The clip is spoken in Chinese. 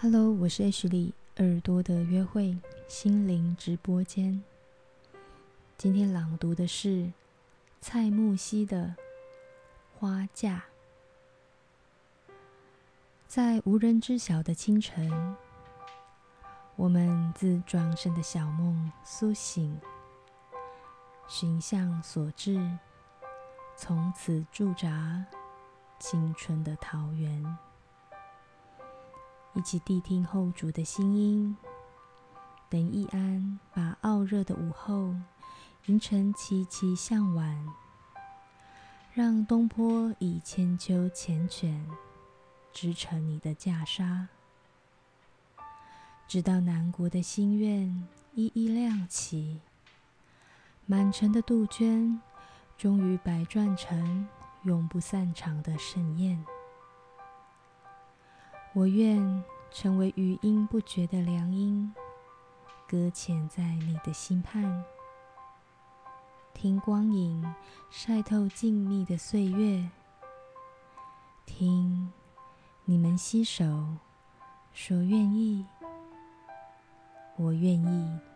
Hello， 我是 H 里，耳朵的约会心灵直播间。今天朗读的是蔡木熙的《花架》。在无人知晓的清晨，我们自壮盛的小梦苏醒，寻向所至，从此驻扎青春的桃源。一起谛听后主的心音，等一安把傲热的午后迎成凄凄向晚，让东坡以千秋缱绻织成你的袈裟，直到南国的心愿一一亮起，满城的杜鹃终于百转成永不散场的盛宴。我愿成为余音不绝的良音，搁浅在你的心畔，听光影晒透静谧的岁月，听你们携手说愿意，我愿意。